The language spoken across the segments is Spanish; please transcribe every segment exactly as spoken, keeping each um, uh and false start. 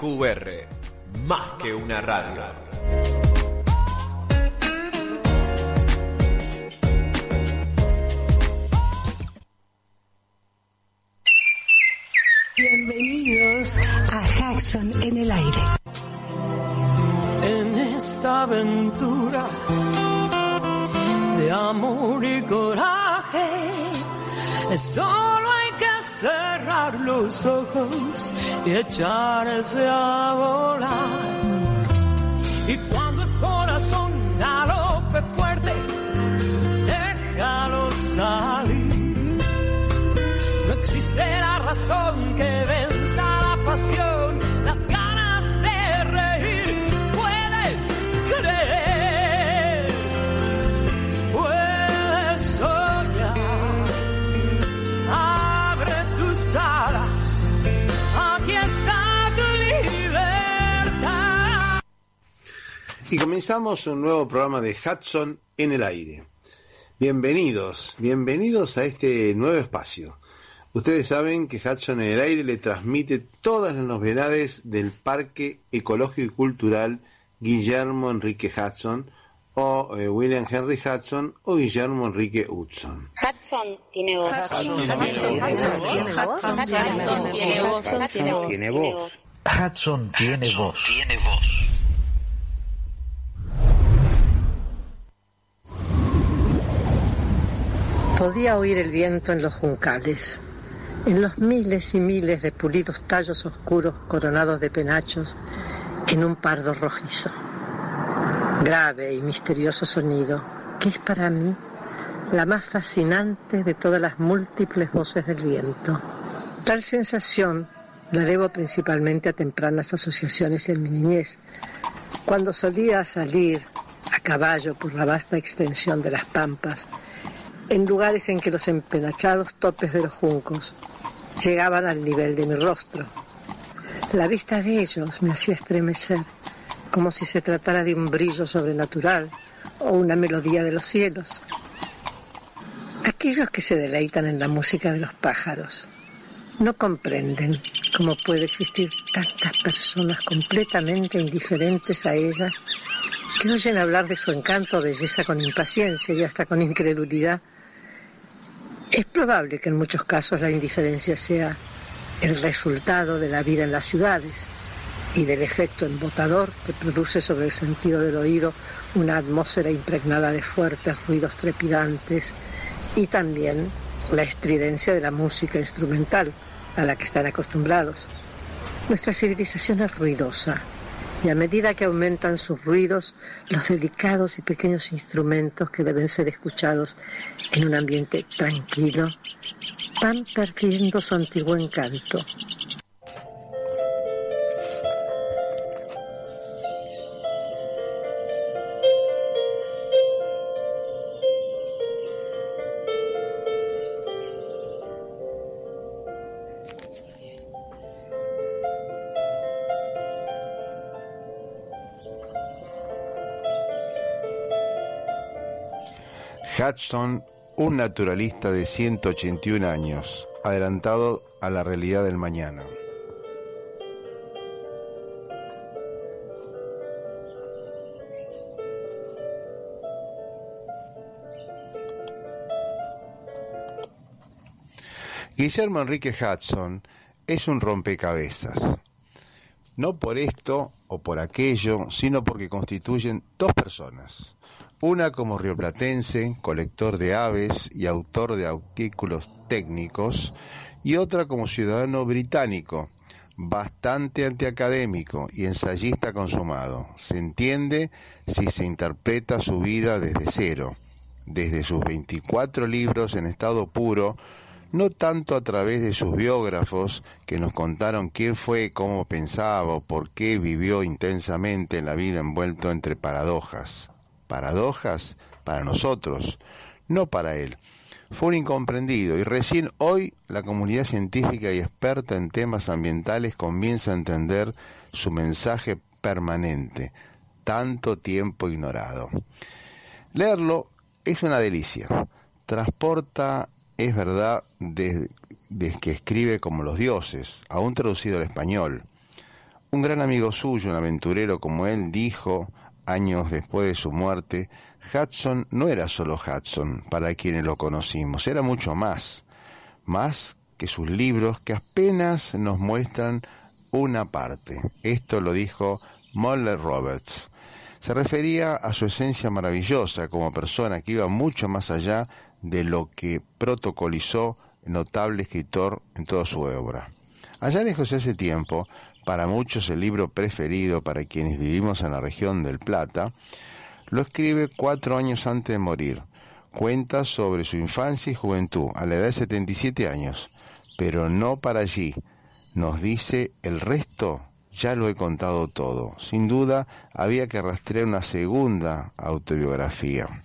Q R, más que una radio. Bienvenidos a Jackson en el aire. En esta aventura de amor y coraje, solo hay que cerrar los ojos y echarse a volar. Y cuando el corazón galope fuerte, déjalo salir. No existe la razón que venza la pasión, las ganas de reír. Puedes creer, puedes soñar. Abre tus alas, aquí está tu libertad. Y comenzamos un nuevo programa de Hudson en el aire. Bienvenidos, bienvenidos a este nuevo espacio. Ustedes saben que Hudson en el aire le transmite todas las novedades del Parque Ecológico y Cultural Guillermo Enrique Hudson, o eh, William Henry Hudson, o Guillermo Enrique Hudson. Hudson tiene voz. Hudson tiene voz. Hudson tiene voz. Hudson tiene voz. Tiene voz. Podía oír el viento en los juncales, en los miles y miles de pulidos tallos oscuros coronados de penachos en un pardo rojizo. Grave y misterioso sonido, que es para mí la más fascinante de todas las múltiples voces del viento. Tal sensación la debo principalmente a tempranas asociaciones en mi niñez, cuando solía salir a caballo por la vasta extensión de las pampas, en lugares en que los empenachados topes de los juncos llegaban al nivel de mi rostro. La vista de ellos me hacía estremecer, como si se tratara de un brillo sobrenatural o una melodía de los cielos. Aquellos que se deleitan en la música de los pájaros no comprenden cómo puede existir tantas personas completamente indiferentes a ella, que oyen hablar de su encanto o belleza con impaciencia y hasta con incredulidad. Es probable que en muchos casos la indiferencia sea el resultado de la vida en las ciudades y del efecto embotador que produce sobre el sentido del oído una atmósfera impregnada de fuertes ruidos trepidantes, y también la estridencia de la música instrumental a la que están acostumbrados. Nuestra civilización es ruidosa, y a medida que aumentan sus ruidos, los delicados y pequeños instrumentos que deben ser escuchados en un ambiente tranquilo van perdiendo su antiguo encanto. Hudson, un naturalista de ciento ochenta y un años, adelantado a la realidad del mañana. Guillermo Enrique Hudson es un rompecabezas, no por esto o por aquello, sino porque constituyen dos personas. Una como rioplatense, colector de aves y autor de artículos técnicos, y otra como ciudadano británico, bastante antiacadémico y ensayista consumado. Se entiende si se interpreta su vida desde cero, desde sus veinticuatro libros en estado puro, no tanto a través de sus biógrafos que nos contaron quién fue, cómo pensaba o por qué vivió intensamente la vida envuelto entre paradojas. Paradojas para nosotros, no para él. Fue un incomprendido y recién hoy la comunidad científica y experta en temas ambientales comienza a entender su mensaje permanente, tanto tiempo ignorado. Leerlo es una delicia, transporta, es verdad, desde, desde que escribe como los dioses, aún traducido al español. Un gran amigo suyo, un aventurero como él, dijo, años después de su muerte, Hudson no era solo Hudson para quienes lo conocimos, era mucho más, más que sus libros que apenas nos muestran una parte. Esto lo dijo Moller Roberts. Se refería a su esencia maravillosa como persona que iba mucho más allá de lo que protocolizó el notable escritor en toda su obra. Allá lejos de ese tiempo, para muchos el libro preferido para quienes vivimos en la región del Plata, lo escribe cuatro años antes de morir. Cuenta sobre su infancia y juventud, a la edad de setenta y siete años, pero no para allí. Nos dice, el resto ya lo he contado todo. Sin duda, había que rastrear una segunda autobiografía.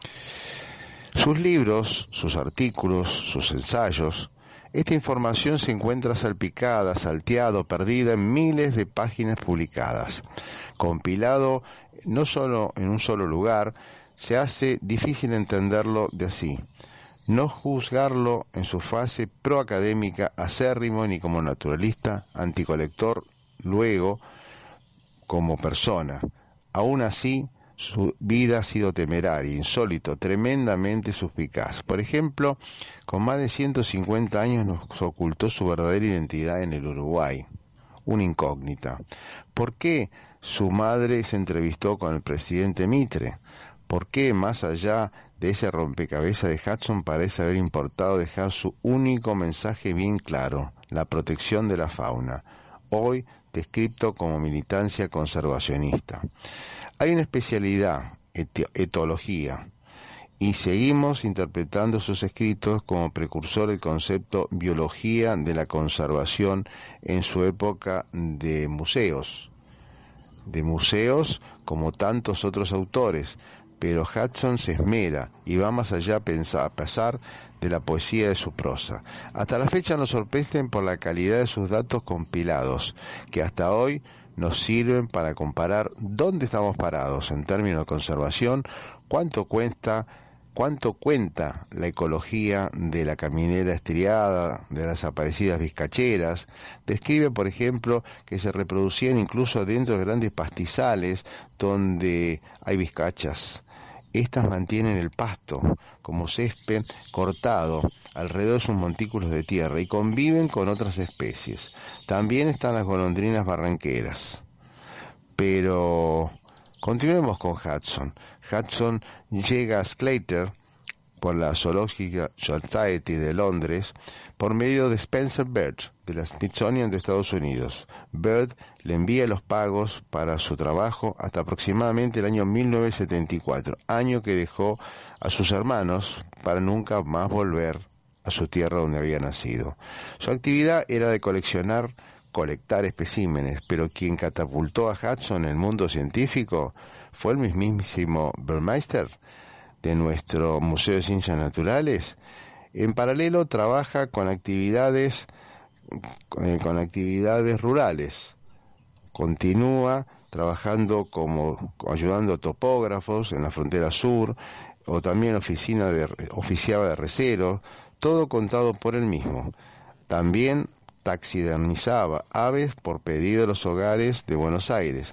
Sus libros, sus artículos, sus ensayos, esta información se encuentra salpicada, salteado, perdida en miles de páginas publicadas. Compilado no solo en un solo lugar, se hace difícil entenderlo de así. No juzgarlo en su fase proacadémica, acérrimo, ni como naturalista, anticolector, luego como persona. Aún así, su vida ha sido temeraria, insólito, tremendamente suspicaz. Por ejemplo, con más de ciento cincuenta años nos ocultó su verdadera identidad en el Uruguay, una incógnita. ¿Por qué su madre se entrevistó con el presidente Mitre? ¿Por qué, más allá de ese rompecabezas de Hudson, parece haber importado dejar su único mensaje bien claro, la protección de la fauna, hoy descrito como militancia conservacionista? Hay una especialidad, et- etología, y seguimos interpretando sus escritos como precursor del concepto biología de la conservación en su época de museos, de museos como tantos otros autores, pero Hudson se esmera y va más allá a, pensar, a pasar de la poesía de su prosa. Hasta la fecha nos sorprenden por la calidad de sus datos compilados, que hasta hoy nos sirven para comparar dónde estamos parados en términos de conservación, cuánto cuesta, cuánto cuenta la ecología de la caminera estriada, de las aparecidas vizcacheras. Describe, por ejemplo, que se reproducían incluso dentro de grandes pastizales donde hay vizcachas. Estas mantienen el pasto como césped cortado alrededor de sus montículos de tierra y conviven con otras especies. También están las golondrinas barranqueras. Pero continuemos con Hudson. Hudson llega a Sclater por la Zoological Society de Londres por medio de Spencer Bird de la Smithsonian de Estados Unidos. Bird le envía los pagos para su trabajo hasta aproximadamente el año mil novecientos setenta y cuatro, año que dejó a sus hermanos para nunca más volver a su tierra donde había nacido. Su actividad era de coleccionar, colectar especímenes, pero quien catapultó a Hudson en el mundo científico fue el mismísimo Burmeister de nuestro Museo de Ciencias Naturales. En paralelo trabaja con actividades eh, con actividades rurales. Continúa trabajando como ayudando a topógrafos en la frontera sur, o también oficina de oficiaba de recero, todo contado por él mismo. También taxidermizaba aves por pedido de los hogares de Buenos Aires.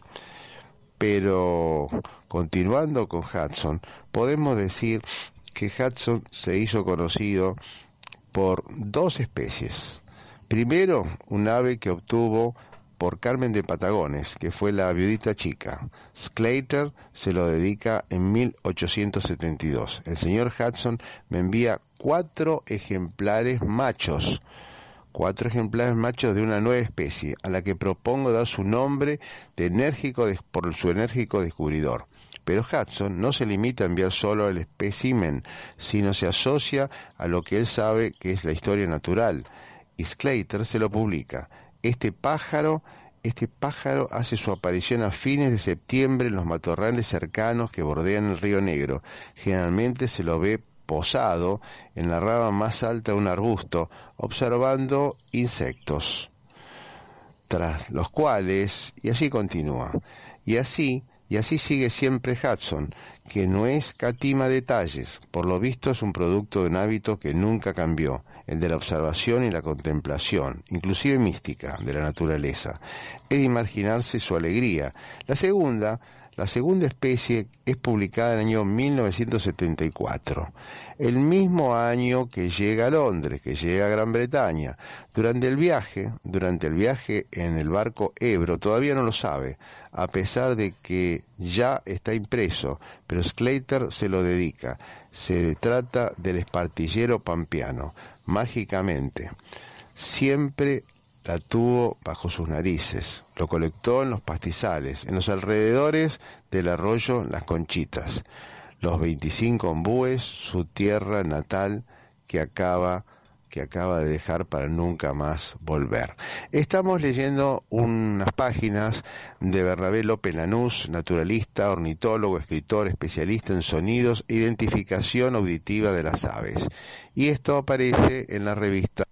Pero continuando con Hudson, podemos decir que Hudson se hizo conocido por dos especies. Primero, un ave que obtuvo por Carmen de Patagones, que fue la viudita chica. Sclater se lo dedica en mil ochocientos setenta y dos. El señor Hudson me envía cuatro ejemplares machos, cuatro ejemplares machos de una nueva especie, a la que propongo dar su nombre de enérgico de, por su enérgico descubridor. Pero Hudson no se limita a enviar solo el espécimen, sino se asocia a lo que él sabe que es la historia natural, y Sclater se lo publica. Este pájaro, este pájaro hace su aparición a fines de septiembre en los matorrales cercanos que bordean el río Negro. Generalmente se lo ve posado en la rama más alta de un arbusto, observando insectos, tras los cuales, y así continúa, y así Y así sigue siempre Hudson, que no escatima detalles. Por lo visto es un producto de un hábito que nunca cambió, el de la observación y la contemplación, inclusive mística, de la naturaleza. Es de imaginarse su alegría. La segunda... La segunda especie es publicada en el año mil novecientos setenta y cuatro, el mismo año que llega a Londres, que llega a Gran Bretaña. Durante el viaje, durante el viaje en el barco Ebro, todavía no lo sabe, a pesar de que ya está impreso, pero Sclater se lo dedica. Se trata del espartillero pampeano, mágicamente. Siempre la tuvo bajo sus narices, lo colectó en los pastizales, en los alrededores del arroyo Las Conchitas, los veinticinco ombúes, su tierra natal que acaba, que acaba de dejar para nunca más volver. Estamos leyendo unas páginas de Bernabé López Lanús, naturalista, ornitólogo, escritor, especialista en sonidos e identificación auditiva de las aves. Y esto aparece en la revista.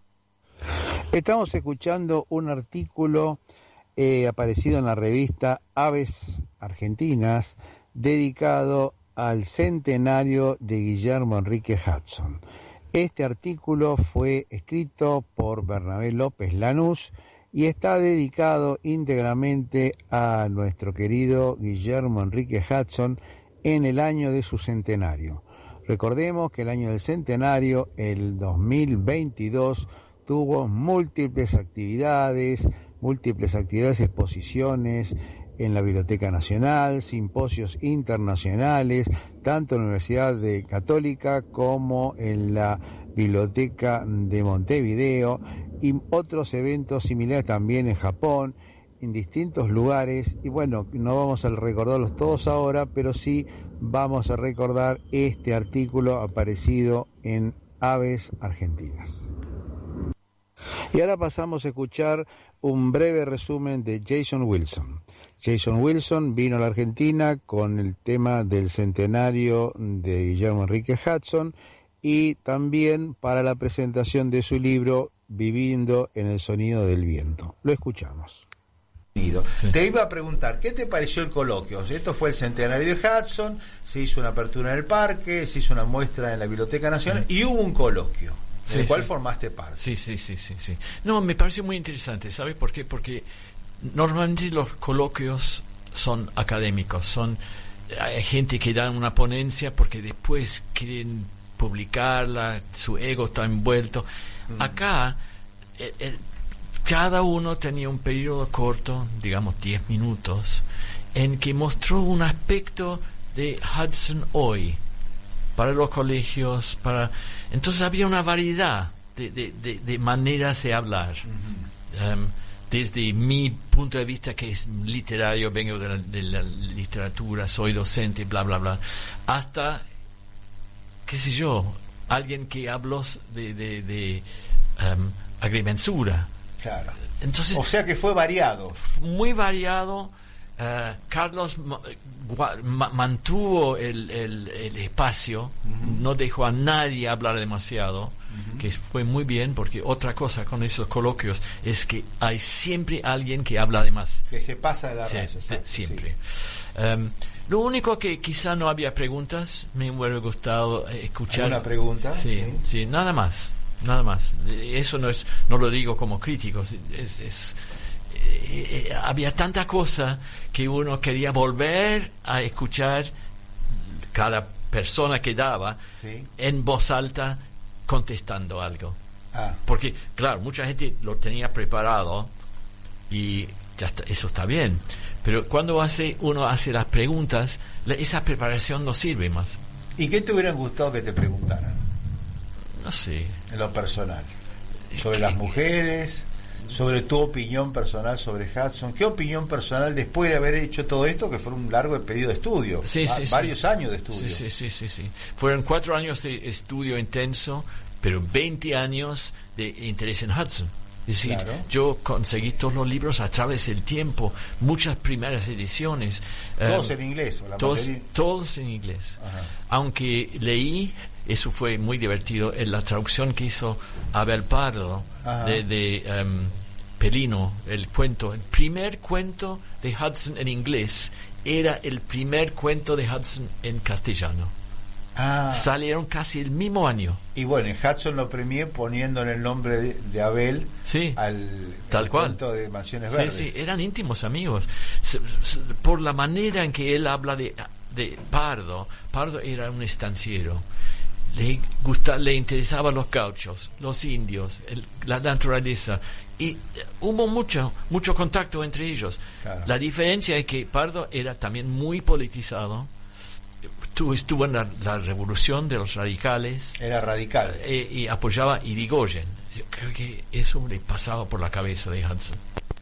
Estamos escuchando un artículo eh, aparecido en la revista Aves Argentinas, dedicado al centenario de Guillermo Enrique Hudson. Este artículo fue escrito por Bernabé López Lanús y está dedicado íntegramente a nuestro querido Guillermo Enrique Hudson en el año de su centenario. Recordemos que el año del centenario, el dos mil veintidós, tuvo múltiples actividades, múltiples actividades, exposiciones en la Biblioteca Nacional, simposios internacionales, tanto en la Universidad de Católica como en la Biblioteca de Montevideo, y otros eventos similares también en Japón, en distintos lugares. Y bueno, no vamos a recordarlos todos ahora, pero sí vamos a recordar este artículo aparecido en Aves Argentinas. Y ahora pasamos a escuchar un breve resumen de Jason Wilson. Jason Wilson vino a la Argentina con el tema del centenario de Guillermo Enrique Hudson y también para la presentación de su libro Viviendo en el sonido del viento. Lo escuchamos. Sí. Te iba a preguntar, ¿qué te pareció el coloquio? Esto fue el centenario de Hudson, se hizo una apertura en el parque, se hizo una muestra en la Biblioteca Nacional y hubo un coloquio. ¿De sí, cuál sí. formaste parte? Sí, sí, sí, sí, sí. No, me pareció muy interesante, ¿sabes por qué? Porque normalmente los coloquios son académicos, son hay gente que da una ponencia porque después quieren publicarla, su ego está envuelto. Mm. Acá, el, el, cada uno tenía un periodo corto, digamos diez minutos, en que mostró un aspecto de Hudson hoy, para los colegios, para entonces había una variedad de, de, de, de maneras de hablar. Uh-huh. Um, desde mi punto de vista, que es literario, vengo de la, de la literatura, soy docente, bla, bla, bla, hasta, qué sé yo, alguien que habló de, de, de um, agrimensura. Claro. Entonces, o sea que fue variado. Muy variado. Uh, Carlos ma- ma- mantuvo el, el, el espacio, uh-huh. no dejó a nadie hablar demasiado, uh-huh. que fue muy bien, porque otra cosa con esos coloquios es que hay siempre alguien que habla de más. Que se pasa de la sí, raya, de, siempre. Sí. Um, lo único que quizá no había preguntas, me hubiera gustado escuchar. ¿Alguna pregunta? Sí, sí, sí, nada más, nada más. Eso no es, no lo digo como crítico, es, es Eh, había tanta cosa que uno quería volver a escuchar cada persona que daba ¿sí? en voz alta contestando algo. Ah. Porque, claro, mucha gente lo tenía preparado y ya está, eso está bien. Pero cuando hace uno hace las preguntas, la, esa preparación no sirve más. ¿Y qué te hubieran gustado que te preguntaran? No sé. En lo personal. Sobre ¿Qué? Las mujeres... sobre tu opinión personal sobre Hudson. ¿Qué opinión personal después de haber hecho todo esto, que fue un largo periodo de estudio? Sí, ah, sí, varios sí. años de estudio. Sí, sí, sí, sí, sí. Fueron cuatro años de estudio intenso, pero veinte años de interés en Hudson. Es decir, claro. yo conseguí todos los libros a través del tiempo, muchas primeras ediciones. ¿Todos um, en inglés? ¿O la todos, mayoría? todos en inglés. Ajá. Aunque leí, eso fue muy divertido, en la traducción que hizo Abel Pardo Ajá. de... de um, Pelino, el cuento, el primer cuento de Hudson en inglés era el primer cuento de Hudson en castellano. Ah. Salieron casi el mismo año. Y bueno, en Hudson lo premié poniéndole el nombre de, de Abel sí, al tal al cual. cuento de Mansiones Sí, Verdes. sí, eran íntimos amigos. S- s- Por la manera en que él habla de, de Pardo, Pardo era un estanciero. Le gusta, le interesaban los gauchos, los indios, el, la naturaleza, y eh, hubo mucho mucho contacto entre ellos. Claro. La diferencia es que Pardo era también muy politizado. Estuvo, estuvo en la, la revolución de los radicales. Era radical. Eh, y apoyaba a Irigoyen. Yo creo que eso le pasaba por la cabeza de Hudson.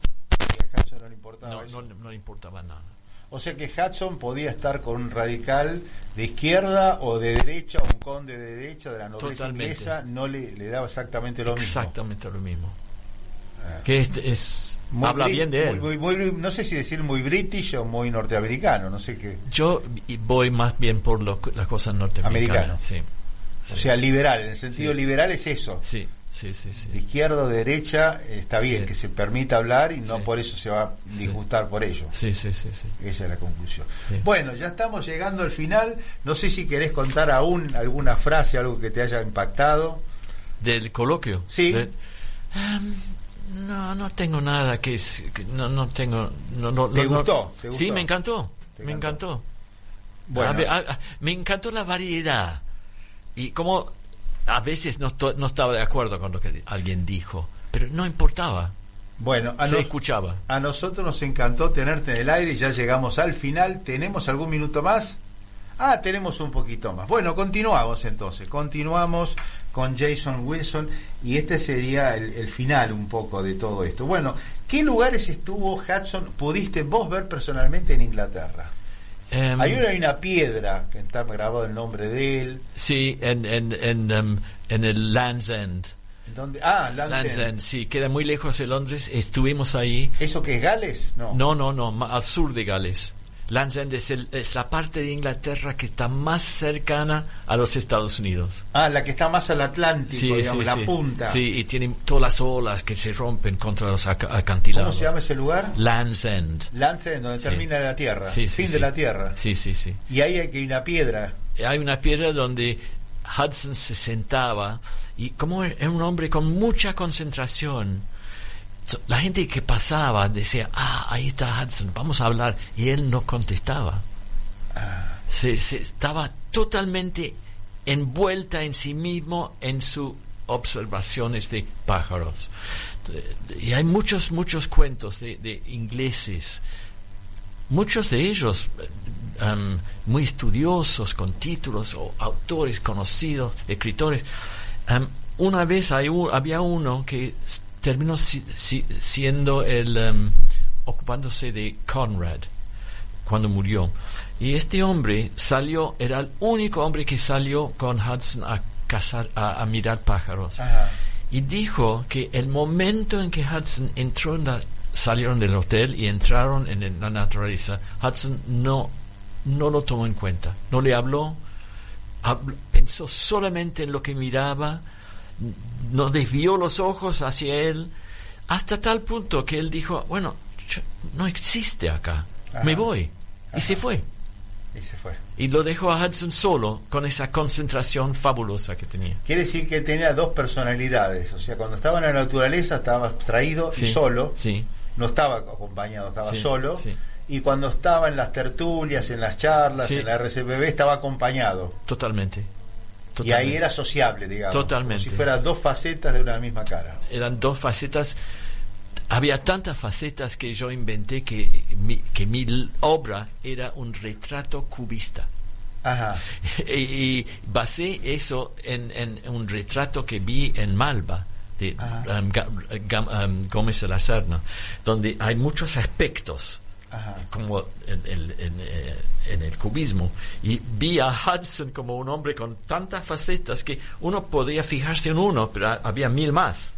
A Hudson no le importaba No, eso. no, no le importaba nada. O sea que Hudson podía estar con un radical de izquierda o de derecha, un conde de derecha de la nobleza Totalmente. inglesa, no le, le daba exactamente lo mismo. Exactamente lo mismo. Ah. Que este es Muy habla bri- bien de él. muy- muy- muy- no sé si decir muy british o muy norteamericano, no sé qué. Yo y voy más bien por lo- las cosas norteamericanas. Americano. Sí, O sea, liberal, en el sentido Sí. liberal es eso. sí, sí, sí, sí. De izquierda o de derecha eh, está bien, Sí. que se permita hablar y no Sí. por eso se va a disgustar por ello. Sí, sí, sí, sí. Esa es la conclusión. Sí. Bueno, ya estamos llegando al final. No sé si querés contar aún alguna frase, algo que te haya impactado. Del coloquio. Sí. De- Em, no, no tengo nada que, es- que no, no tengo. No, no, ¿Te no- no- gustó? ¿Te gustó? Sí, me encantó. ¿Te Me encantó? encantó. Bueno. A ver, a- a- me encantó la variedad. Y como a veces no, esto- no estaba de acuerdo con lo que alguien dijo, pero no importaba. Bueno, a, Se nos- escuchaba. a nosotros nos encantó tenerte en el aire. Ya llegamos al final. ¿Tenemos algún minuto más? Ah, tenemos un poquito más. Bueno, continuamos entonces. Continuamos con Jason Wilson y este sería el, el final un poco de todo esto. Bueno, ¿qué lugares estuvo Hudson? ¿Pudiste vos ver personalmente en Inglaterra? Em, Hay una, hay una piedra que está grabado el nombre de él. Sí, en, en, en, em, en el Land's End. ¿Dónde? Ah, Land's Land's End. End, sí, queda muy lejos de Londres. Estuvimos ahí. ¿Eso que es Gales? No. No, no, no, ma- al sur de Gales. Land's End es, el- es la parte de Inglaterra que está más cercana a los Estados Unidos. Ah, la que está más al Atlántico, digamos, la sí. punta. Sí, y tienen todas las olas que se rompen contra los aca- acantilados. ¿Cómo se llama ese lugar? Land's End. Land's End, donde Sí. termina la tierra. Sí, sí, fin sí. de la tierra. Sí, sí, sí. Y ahí hay que ir una piedra. Hay una piedra donde Hudson se sentaba y como era un hombre con mucha concentración, so- la gente que pasaba decía, ah, ahí está Hudson, vamos a hablar, y él no contestaba. Se, se estaba totalmente envuelta en sí mismo en sus observaciones de pájaros. Y hay muchos, muchos cuentos de, de ingleses, muchos de ellos um, muy estudiosos, con títulos, o autores conocidos, escritores. Um, una vez hay un, había uno que s- terminó si- si- siendo el um, ocupándose de Conrad cuando murió, y este hombre salió, era el único hombre que salió con Hudson a cazar, a, a mirar pájaros. Ajá. Y dijo que el momento en que Hudson entró en la, salieron del hotel y entraron en el- la naturaleza, Hudson no, no lo tomó en cuenta, no le habló, habló- pensó solamente en lo que miraba, n- no desvió los ojos hacia él, hasta tal punto que él dijo, bueno, yo- no existe acá, Ajá. me voy. Y se fue. Y se fue. Y lo dejó a Hudson solo, con esa concentración fabulosa que tenía. Quiere decir que tenía dos personalidades. O sea, cuando estaba en la naturaleza estaba abstraído y Sí, solo. sí. No estaba acompañado, estaba Sí, solo. sí. Y cuando estaba en las tertulias, en las charlas, Sí. en la R C P B, estaba acompañado. Totalmente. Y Totalmente. ahí era sociable, digamos. Totalmente. Como si fueran dos facetas de una misma cara. Eran dos facetas. Había tantas facetas que yo inventé que mi, que mi l- obra era un retrato cubista. Ajá. y, y basé eso en, en un retrato que vi en Malva de Ajá. um, Ga- Gam- um, Gómez de la Serna, donde hay muchos aspectos Ajá. como en, el- en, eh, en el cubismo, y vi a Hudson como un hombre con tantas facetas que uno podría fijarse en uno, pero ha- había mil más.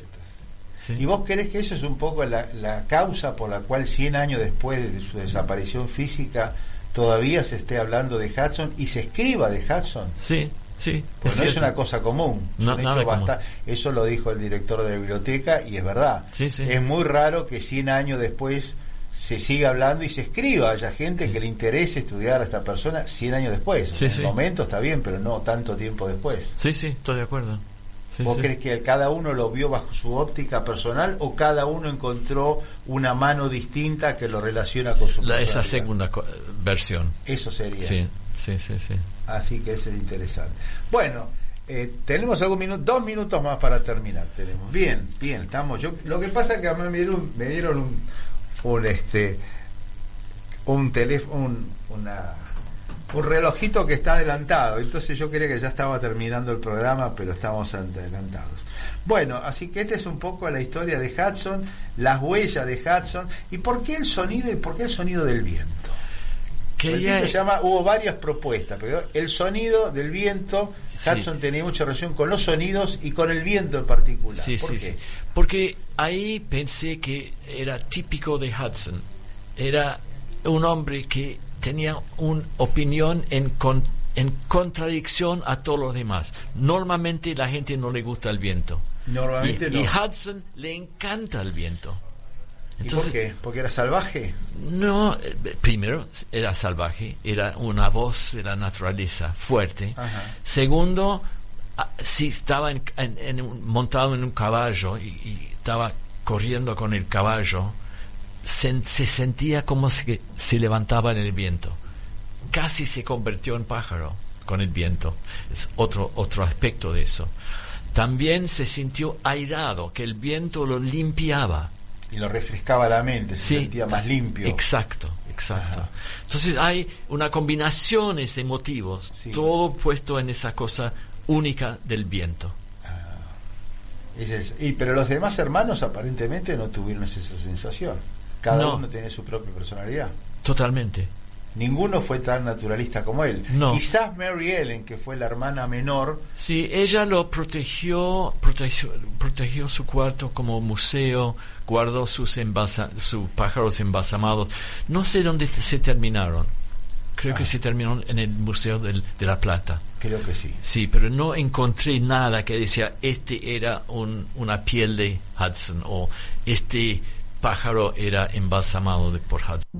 Sí. ¿Y vos crees que eso es un poco la, la causa por la cual cien años después de su desaparición física todavía se esté hablando de Hudson y se escriba de Hudson? Sí, sí. Pues no es cierto. una cosa común. Es No, un nada hecho común. basta- Eso lo dijo el director de la biblioteca y es verdad. Sí, sí. Es muy raro que cien años después se sigue hablando y se escriba, haya gente sí. que le interese estudiar a esta persona cien años después. Sí, en sí. el momento está bien, pero no tanto tiempo después. Sí, sí, estoy de acuerdo. Sí, ¿Vos sí. crees que cada uno lo vio bajo su óptica personal o cada uno encontró una mano distinta que lo relaciona con su La, personalidad? esa segunda co- versión. Eso sería. Sí, sí, sí, sí. Así que eso es interesante. Bueno, eh, tenemos algún minuto, dos minutos más para terminar. Tenemos. Bien, bien, estamos. Yo, lo que pasa es que a mí me dieron, me dieron un, un este, un teléfono, un, una un relojito que está adelantado, entonces yo creía que ya estaba terminando el programa, pero estamos adelantados. Bueno, así que esta es un poco la historia de Hudson, las huellas de Hudson, y por qué el sonido y por qué el sonido del viento. Quería... El tipo se llama, hubo varias propuestas, pero el sonido del viento, Hudson sí. tenía mucha relación con los sonidos y con el viento en particular. Sí, ¿Por sí, qué? sí. Porque ahí pensé que era típico de Hudson. Era un hombre que tenía una opinión en, con, en contradicción a todos los demás. Normalmente la gente no le gusta el viento. Normalmente y, no. Y Hudson le encanta el viento. Entonces, ¿y por qué? ¿Porque era salvaje? No, primero era salvaje, era una voz de la naturaleza fuerte. Ajá. Segundo, si estaba en, en, en un, montado en un caballo y, y estaba corriendo con el caballo, Se, se sentía como si se levantaba en el viento. Casi se convirtió en pájaro con el viento. Es otro, otro aspecto de eso. También se sintió airado, que el viento lo limpiaba. Y lo refrescaba la mente, se sí, sentía más limpio. Exacto, exacto. Ajá. Entonces hay una combinación de motivos, sí. todo puesto en esa cosa única del viento. Ah, es eso. Y, pero los demás hermanos aparentemente no tuvieron esa sensación. Cada no. uno tiene su propia personalidad. Totalmente. Ninguno fue tan naturalista como él. No. Quizás Mary Ellen, que fue la hermana menor. Sí, ella lo protegió, protegió, protegió su cuarto como museo, guardó sus, embalsa, sus pájaros embalsamados. No sé dónde se terminaron. Creo ah. que se terminaron en el Museo del, de La Plata. Creo que sí. Sí, pero no encontré nada que decía, este era un, una piel de Hudson o este pájaro era embalsamado de, por Hudson.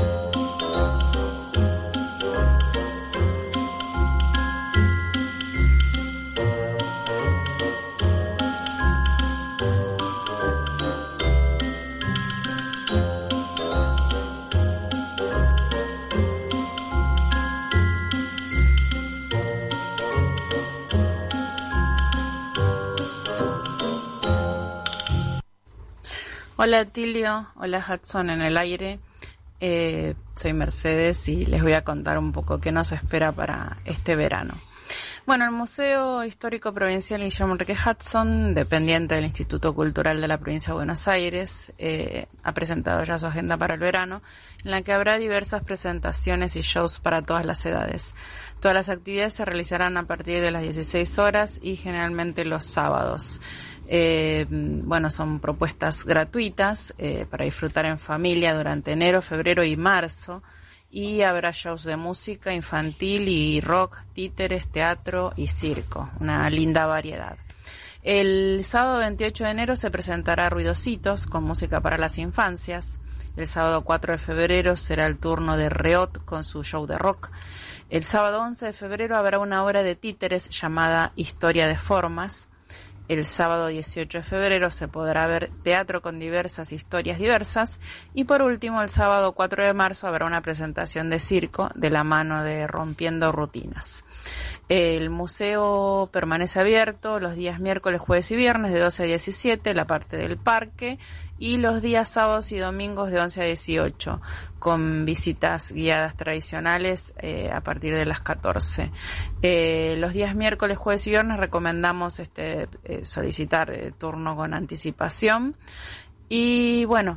Hola Tilio, hola Hudson en el aire, eh, soy Mercedes y les voy a contar un poco qué nos espera para este verano. Bueno, el Museo Histórico Provincial Guillermo Enrique Hudson, dependiente del Instituto Cultural de la Provincia de Buenos Aires, eh, ha presentado ya su agenda para el verano, en la que habrá diversas presentaciones y shows para todas las edades. Todas las actividades se realizarán a partir de las dieciséis horas y generalmente los sábados. Eh, bueno, son propuestas gratuitas eh, para disfrutar en familia durante enero, febrero y marzo, y habrá shows de música infantil y rock, títeres, teatro y circo, una linda variedad. El sábado veintiocho de enero se presentará Ruidositos con música para las infancias. El sábado cuatro de febrero será el turno de Reot con su show de rock. El sábado once de febrero habrá una obra de títeres llamada Historia de Formas. El sábado dieciocho de febrero se podrá ver teatro con diversas historias diversas. Y por último, el sábado cuatro de marzo habrá una presentación de circo de la mano de Rompiendo Rutinas. El museo permanece abierto los días miércoles, jueves y viernes de doce a diecisiete, la parte del parque, y los días sábados y domingos de once a dieciocho, con visitas guiadas tradicionales eh, a partir de las catorce. Eh, los días miércoles, jueves y viernes recomendamos este eh, solicitar eh, turno con anticipación. Y bueno,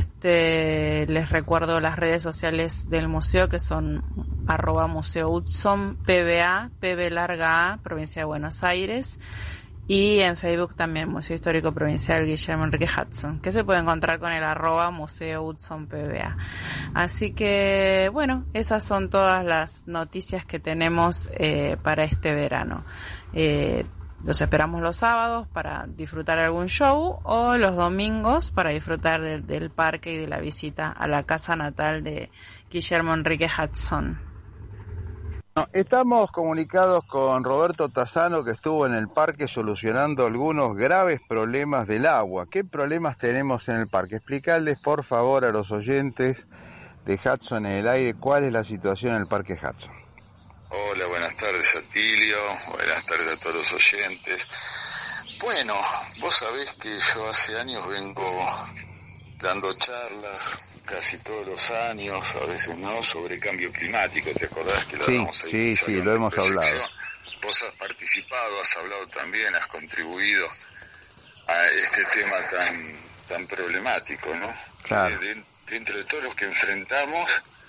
este les recuerdo las redes sociales del museo, que son arroba museo Hudson, P B A, P B larga A, Provincia de Buenos Aires, y en Facebook también Museo Histórico Provincial Guillermo Enrique Hudson, que se puede encontrar con el arroba museo Hudson P B A. Así que bueno, esas son todas las noticias que tenemos eh, para este verano. Eh, los esperamos los sábados para disfrutar algún show o los domingos para disfrutar de, del parque y de la visita a la casa natal de Guillermo Enrique Hudson. Estamos comunicados con Roberto Tassano, que estuvo en el parque solucionando algunos graves problemas del agua. ¿Qué problemas tenemos en el parque? Explicarles por favor a los oyentes de Hudson en el aire cuál es la situación en el parque Hudson. Hola, buenas tardes Atilio, buenas tardes a todos los oyentes. Bueno, vos sabés que yo hace años vengo dando charlas, casi todos los años, a veces no, sobre cambio climático. ¿Te acordás que lo sí, hablamos ahí? Sí, sí, lo hemos hablado. Vos has participado, has hablado también, has contribuido a este tema tan tan problemático, ¿no? Claro. Eh, de, dentro de todos los que enfrentamos,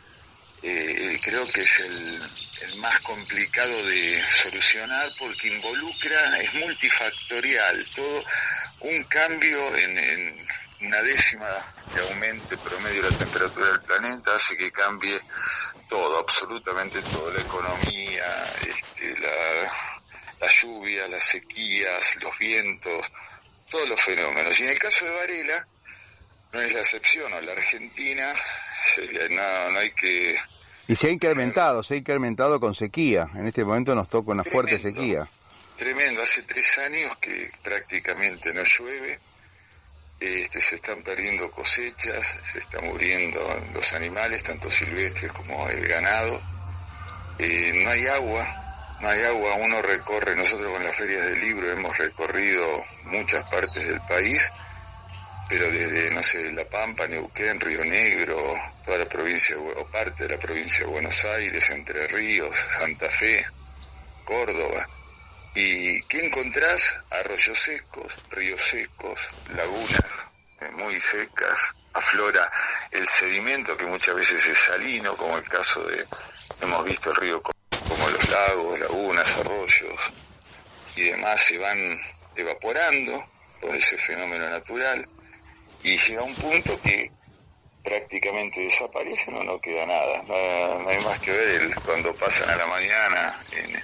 eh, creo que es el, el más complicado de solucionar porque involucra, es multifactorial, todo un cambio en, en una décima que aumente promedio la temperatura del planeta hace que cambie todo, absolutamente todo, la economía, este, la, la lluvia, las sequías, los vientos, todos los fenómenos. Y en el caso de Varela no es la excepción, o la Argentina, no, no hay que... Y se ha incrementado, se ha incrementado con sequía. En este momento nos toca una tremendo, fuerte sequía. Tremendo, hace tres años que prácticamente no llueve, este, se están perdiendo cosechas, se están muriendo los animales, tanto silvestres como el ganado, eh, no hay agua, no hay agua, uno recorre, nosotros con las ferias del libro hemos recorrido muchas partes del país, pero desde, no sé, La Pampa, Neuquén, Río Negro, toda la provincia, o parte de la provincia de Buenos Aires, Entre Ríos, Santa Fe, Córdoba. ¿Y qué encontrás? Arroyos secos, ríos secos, lagunas eh, muy secas, aflora el sedimento que muchas veces es salino, como el caso de, hemos visto el río como los lagos, lagunas, arroyos y demás se van evaporando por ese fenómeno natural. Y llega un punto que prácticamente desaparecen o no queda nada. No, no hay más que ver el, cuando pasan a la mañana en,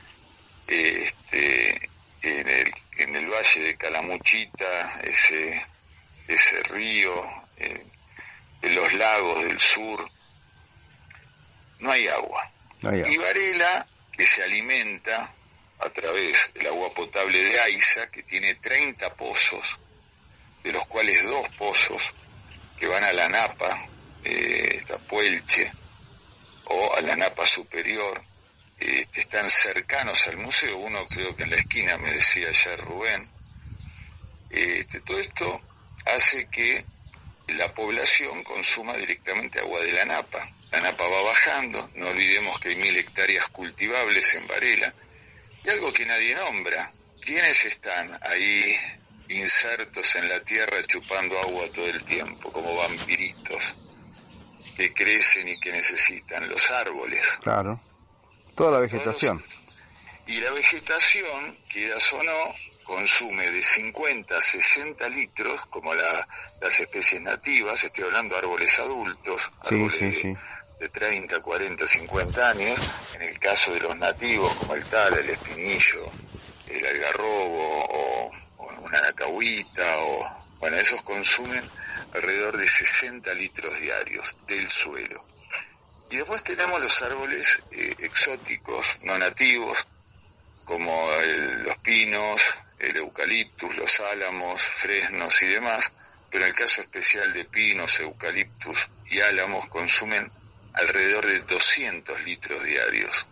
este, en, el, en el valle de Calamuchita, ese, ese río, eh, en los lagos del sur, no hay agua. No hay agua. Y Varela, que se alimenta a través del agua potable de AISA, que tiene treinta pozos, de los cuales dos pozos que van a la napa, eh, esta Puelche, o a la napa superior, eh, que están cercanos al museo, uno creo que en la esquina, me decía ayer Rubén. Eh, todo esto hace que la población consuma directamente agua de la napa. La napa va bajando, no olvidemos que hay mil hectáreas cultivables en Varela, y algo que nadie nombra, ¿quiénes están ahí insertos en la tierra chupando agua todo el tiempo, como vampiritos, que crecen y que necesitan? Los árboles. Claro, toda la vegetación. Los, y la vegetación, quieras o no, consume de cincuenta a sesenta litros, como la, las especies nativas, estoy hablando de árboles adultos, sí, árboles sí, de, sí. de treinta, cuarenta, cincuenta años, en el caso de los nativos, como el tala, el espinillo, el algarrobo, o una anacahuita, o bueno, esos consumen alrededor de sesenta litros diarios del suelo. Y después tenemos los árboles eh, exóticos, no nativos, como el, los pinos, el eucaliptus, los álamos, fresnos y demás, pero en el caso especial de pinos, eucaliptus y álamos consumen alrededor de doscientos litros diarios.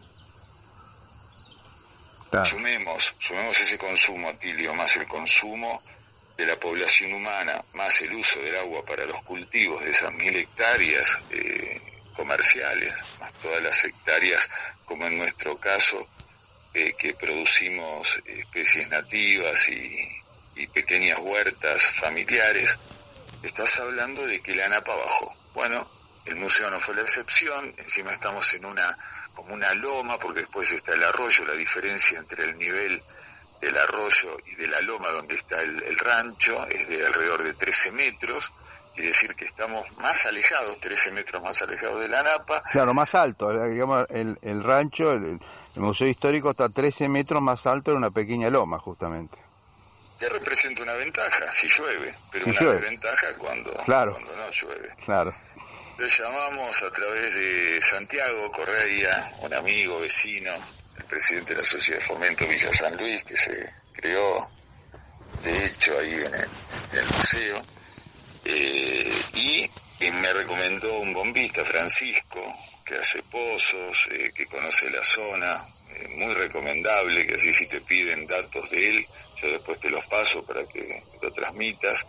Claro. Sumemos, sumemos ese consumo, Atilio, más el consumo de la población humana, más el uso del agua para los cultivos de esas mil hectáreas eh, comerciales, más todas las hectáreas, como en nuestro caso, eh, que producimos especies nativas y, y pequeñas huertas familiares. Estás hablando de que la napa bajó. Bueno, el museo no fue la excepción, encima estamos en una como una loma, porque después está el arroyo, la diferencia entre el nivel del arroyo y de la loma donde está el, el rancho es de alrededor de trece metros, quiere decir que estamos más alejados, trece metros más alejados de la napa. Claro, más alto, digamos, el, el rancho, el, el Museo Histórico está trece metros más alto en una pequeña loma, justamente. Que representa una ventaja, si llueve, pero si una llueve. desventaja cuando, claro. cuando no llueve. Claro. Le llamamos a través de Santiago Correia, un amigo, vecino, el presidente de la Sociedad de Fomento Villa San Luis, que se creó, de hecho, ahí en el, en el museo, eh, y, y me recomendó un bombista, Francisco, que hace pozos, eh, que conoce la zona, eh, muy recomendable, que así si te piden datos de él, yo después te los paso para que lo transmitas.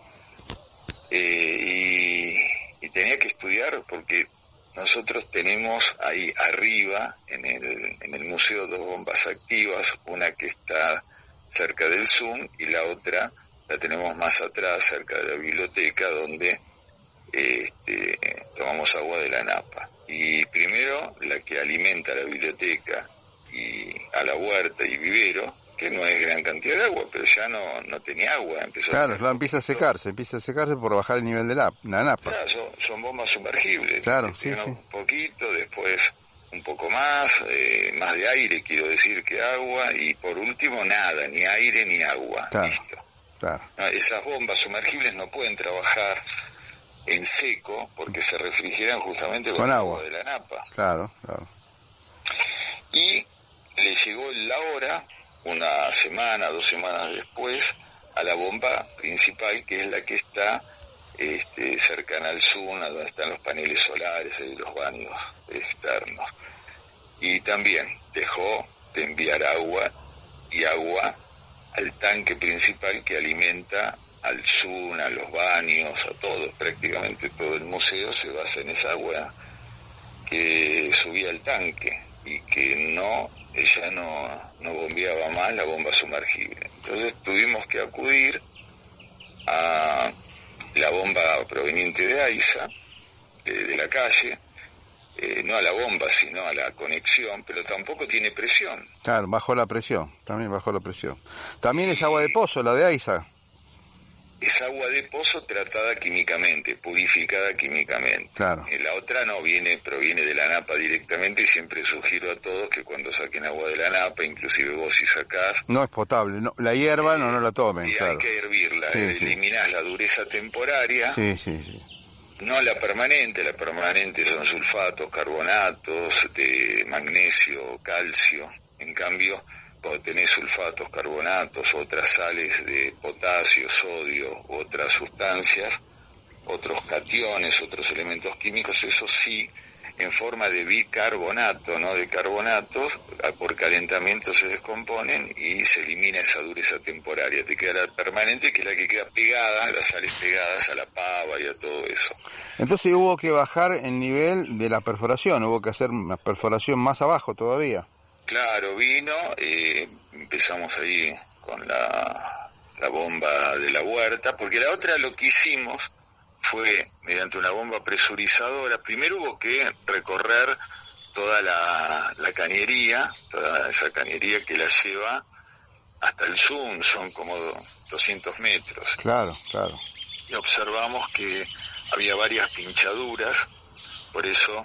Eh, y, y tenía que estudiar porque nosotros tenemos ahí arriba, en el, en el museo, dos bombas activas, una que está cerca del Zoom y la otra la tenemos más atrás, cerca de la biblioteca, donde este, tomamos agua de la napa. Y primero la que alimenta la biblioteca y a la huerta y vivero, que no es gran cantidad de agua, pero ya no, no tenía agua. Empezó claro, a ya empieza a secarse, empieza a secarse por bajar el nivel de la, la napa. Claro, son, son bombas sumergibles. Claro, sí, sí. Un poquito, después un poco más, eh, más de aire, quiero decir, que agua, y por último nada, ni aire ni agua. Claro, listo. Claro. No, esas bombas sumergibles no pueden trabajar en seco porque se refrigeran justamente con, con agua. agua de la napa. Claro, claro. Y le llegó la hora, una semana, dos semanas después, a la bomba principal, que es la que está este, cercana al Zuna, donde están los paneles solares y los baños externos. Y también dejó de enviar agua y agua al tanque principal que alimenta al Zuna, a los baños, a todo, prácticamente todo el museo se basa en esa agua que subía al tanque y que no, ella no, no bombeaba más la bomba sumergible. Entonces tuvimos que acudir a la bomba proveniente de AISA, de, de la calle, eh, no a la bomba, sino a la conexión, pero tampoco tiene presión. Claro, bajó la presión, también bajó la presión. También y es agua de pozo, la de AISA. Es agua de pozo tratada químicamente, purificada químicamente. Claro. Eh, la otra no viene, proviene de la napa directamente, y siempre sugiero a todos que cuando saquen agua de la napa, inclusive vos si sacás... No es potable, no, la hierba eh, no, no la tomen, y claro. hay que hervirla, sí, eh, sí. eliminás la dureza temporaria, sí, sí, sí. no la permanente, la permanente son sulfatos, carbonatos de magnesio, calcio, en cambio... cuando tenés sulfatos, carbonatos, otras sales de potasio, sodio, otras sustancias, otros cationes, otros elementos químicos, eso sí, en forma de bicarbonato, no de carbonatos, por calentamiento se descomponen y se elimina esa dureza temporaria. Te queda la permanente, que es la que queda pegada, las sales pegadas a la pava y a todo eso. Entonces hubo que bajar el nivel de la perforación, hubo que hacer una perforación más abajo todavía. Claro, vino, eh, empezamos ahí con la, la bomba de la huerta, porque la otra lo que hicimos fue, mediante una bomba presurizadora, primero hubo que recorrer toda la, la cañería, toda esa cañería que la lleva hasta el Zoom, son como doscientos metros. Claro, claro. Y observamos que había varias pinchaduras, por eso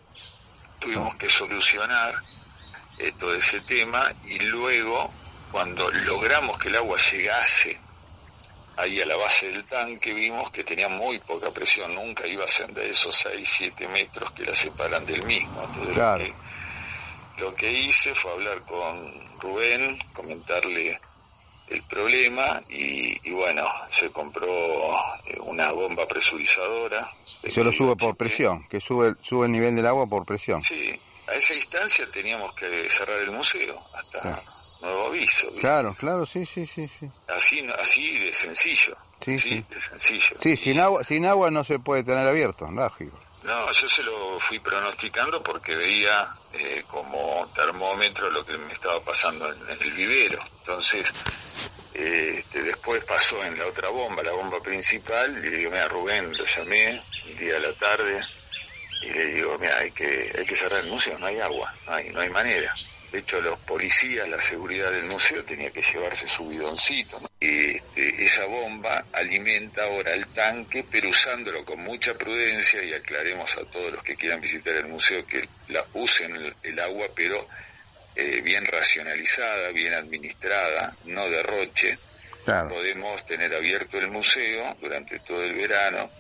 tuvimos que solucionar Eh, todo ese tema, y luego cuando logramos que el agua llegase ahí a la base del tanque, vimos que tenía muy poca presión, nunca iba a ser de esos seis, siete metros que la separan del mismo. Entonces claro. lo, que, lo que hice fue hablar con Rubén, comentarle el problema, y, y bueno, se compró una bomba presurizadora. Se lo sube por presión, que sube, sube el nivel del agua por presión. Sí. A esa instancia teníamos que cerrar el museo hasta claro. nuevo aviso. ¿Viste? Claro, claro, sí, sí, sí, sí. Así, así de sencillo. Sí, sí. sí. De sencillo. Sí, sin agua, sin agua no se puede tener abierto, lógico. No, yo se lo fui pronosticando porque veía eh, como termómetro lo que me estaba pasando en, en el vivero. Entonces, eh, este, después pasó en la otra bomba, la bomba principal, y le digo, mira, Rubén, lo llamé un día a la tarde, y le digo, mira, hay que hay que cerrar el museo, no hay agua, no hay no hay manera. De hecho, los policías, la seguridad del museo tenía que llevarse su bidoncito, ¿no? Este, esa bomba alimenta ahora el tanque, pero usándolo con mucha prudencia, y aclaremos a todos los que quieran visitar el museo que la usen el, el agua, pero eh, bien racionalizada, bien administrada, no derroche. Claro. Podemos tener abierto el museo durante todo el verano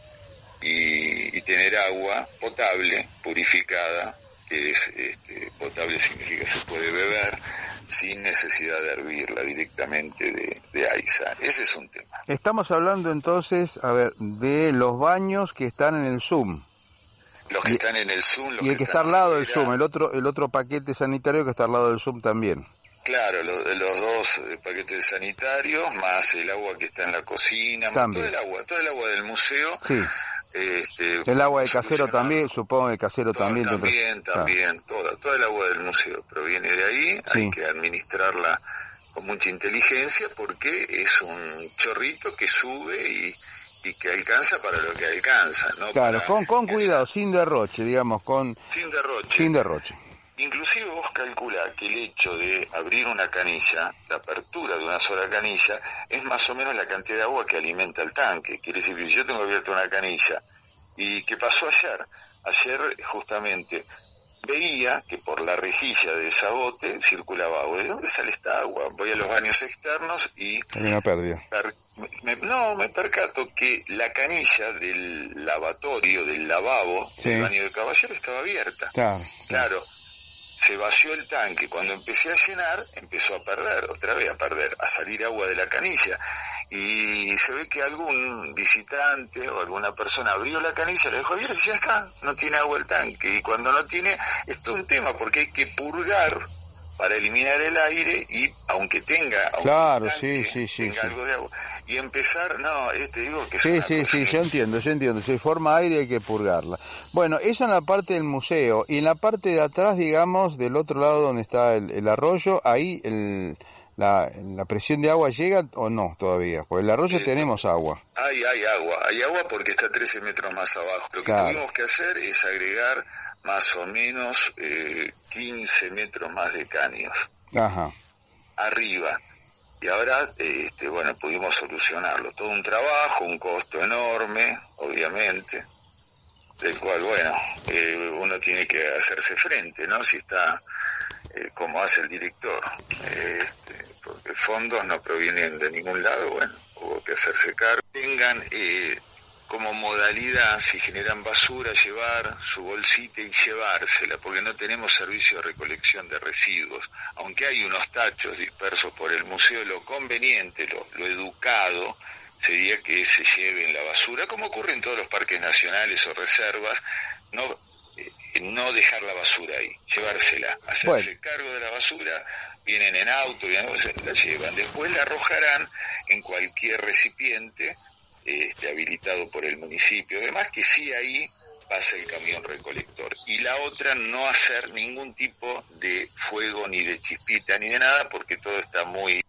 y, y tener agua potable, purificada, que es este, potable significa que se puede beber sin necesidad de hervirla directamente de, de AISA. Ese es un tema. Estamos hablando entonces, a ver, de los baños que están en el Zoom. Los que y, están en el Zoom, los y el que, que está al lado del Zoom, el otro el otro paquete sanitario que está al lado del Zoom también. Claro, lo, los dos paquetes sanitarios, más el agua que está en la cocina, más todo el agua, todo el agua del museo. Sí. Este, el agua de casero también, supongo que el casero todo, también. También, te... también, ah. toda, toda el agua del museo proviene de ahí, sí. Hay que administrarla con mucha inteligencia porque es un chorrito que sube y, y que alcanza para lo que alcanza, ¿no? Claro, para con, con cuidado, sin derroche, digamos, con... Sin derroche. Sin derroche. Inclusive vos calculás que el hecho de abrir una canilla, la apertura de una sola canilla, es más o menos la cantidad de agua que alimenta el tanque. Quiere decir que si yo tengo abierta una canilla, ¿y qué pasó ayer? Ayer justamente veía que por la rejilla de esa bote circulaba agua. ¿De dónde sale esta agua? Voy a los baños externos y... Hay una pérdida. Per, me, no, me percato que la canilla del lavatorio, del lavabo, sí. del baño de caballero estaba abierta. Claro. Claro. Se vació el tanque, cuando empecé a llenar, empezó a perder, otra vez a perder, a salir agua de la canilla. Y se ve que algún visitante o alguna persona abrió la canilla, le dejó abierta y ya está, no tiene agua el tanque. Y cuando no tiene, es todo un tema, porque hay que purgar para eliminar el aire y aunque tenga, aunque claro, el tanque sí, sí, sí, tenga sí. algo de agua, y empezar, no, este digo que es sí, una sí, cosa sí, que... yo entiendo, yo entiendo, si forma aire hay que purgarla. Bueno, eso en la parte del museo, y en la parte de atrás, digamos, del otro lado donde está el, el arroyo, ahí el, la, la presión de agua llega o no todavía, porque el arroyo eh, tenemos agua. Hay, hay agua, hay agua porque está trece metros más abajo. Lo que claro. tuvimos que hacer es agregar más o menos eh, quince metros más de caños. Ajá. Arriba. Y ahora, este, bueno, pudimos solucionarlo. Todo un trabajo, un costo enorme, obviamente, del cual, bueno, eh, uno tiene que hacerse frente, ¿no? Si está, eh, como hace el director, eh, este, porque fondos no provienen de ningún lado, bueno, hubo que hacerse cargo. Tengan eh, como modalidad, si generan basura, llevar su bolsita y llevársela, porque no tenemos servicio de recolección de residuos. Aunque hay unos tachos dispersos por el museo, lo conveniente, lo, lo educado, sería que se lleven la basura, como ocurre en todos los parques nacionales o reservas, no eh, no dejar la basura ahí, llevársela, hacerse bueno. cargo de la basura, vienen en auto, vienen, la llevan, después la arrojarán en cualquier recipiente, Este, habilitado por el municipio, además que sí ahí pasa el camión recolector. Y la otra, no hacer ningún tipo de fuego, ni de chispita, ni de nada, porque todo está muy...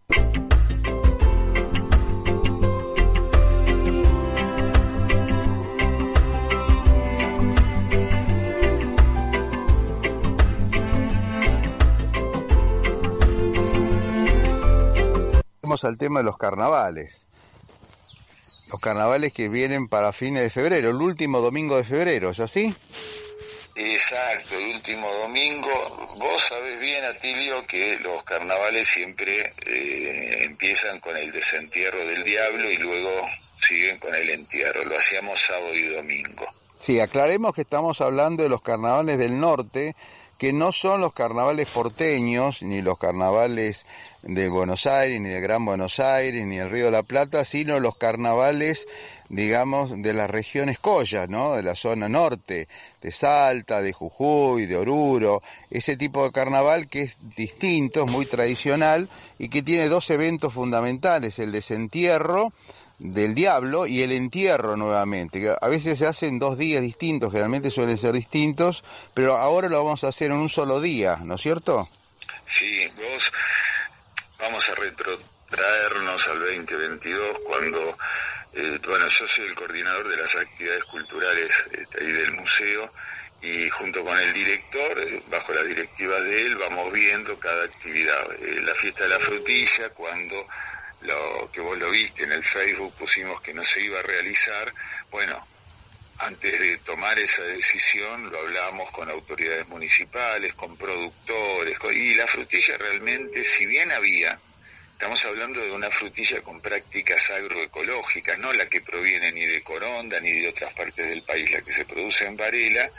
Vamos al tema de los carnavales. Los carnavales que vienen para fines de febrero, el último domingo de febrero, ¿es así? Exacto, el último domingo. Vos sabés bien, Atilio, que los carnavales siempre eh, empiezan con el desentierro del diablo y luego siguen con el entierro. Lo hacíamos sábado y domingo. Sí, aclaremos que estamos hablando de los carnavales del norte, que no son los carnavales porteños, ni los carnavales de Buenos Aires, ni de Gran Buenos Aires, ni el Río de la Plata, sino los carnavales, digamos, de las regiones collas, ¿no? De la zona norte, de Salta, de Jujuy, de Oruro, ese tipo de carnaval que es distinto, es muy tradicional, y que tiene dos eventos fundamentales, el desentierro del diablo y el entierro nuevamente, que a veces se hacen dos días distintos, generalmente suelen ser distintos, pero ahora lo vamos a hacer en un solo día, ¿no es cierto? Sí, vos, vamos a retrotraernos al veinte veintidós, cuando, eh, bueno, yo soy el coordinador de las actividades culturales este, ahí del museo, y junto con el director, bajo las directivas de él, vamos viendo cada actividad. Eh, la fiesta de la frutilla, cuando lo que vos lo viste en el Facebook, pusimos que no se iba a realizar, bueno, antes de tomar esa decisión lo hablamos con autoridades municipales, con productores, con, y la frutilla realmente, si bien había, estamos hablando de una frutilla con prácticas agroecológicas, no la que proviene ni de Coronda ni de otras partes del país, la que se produce en Varela,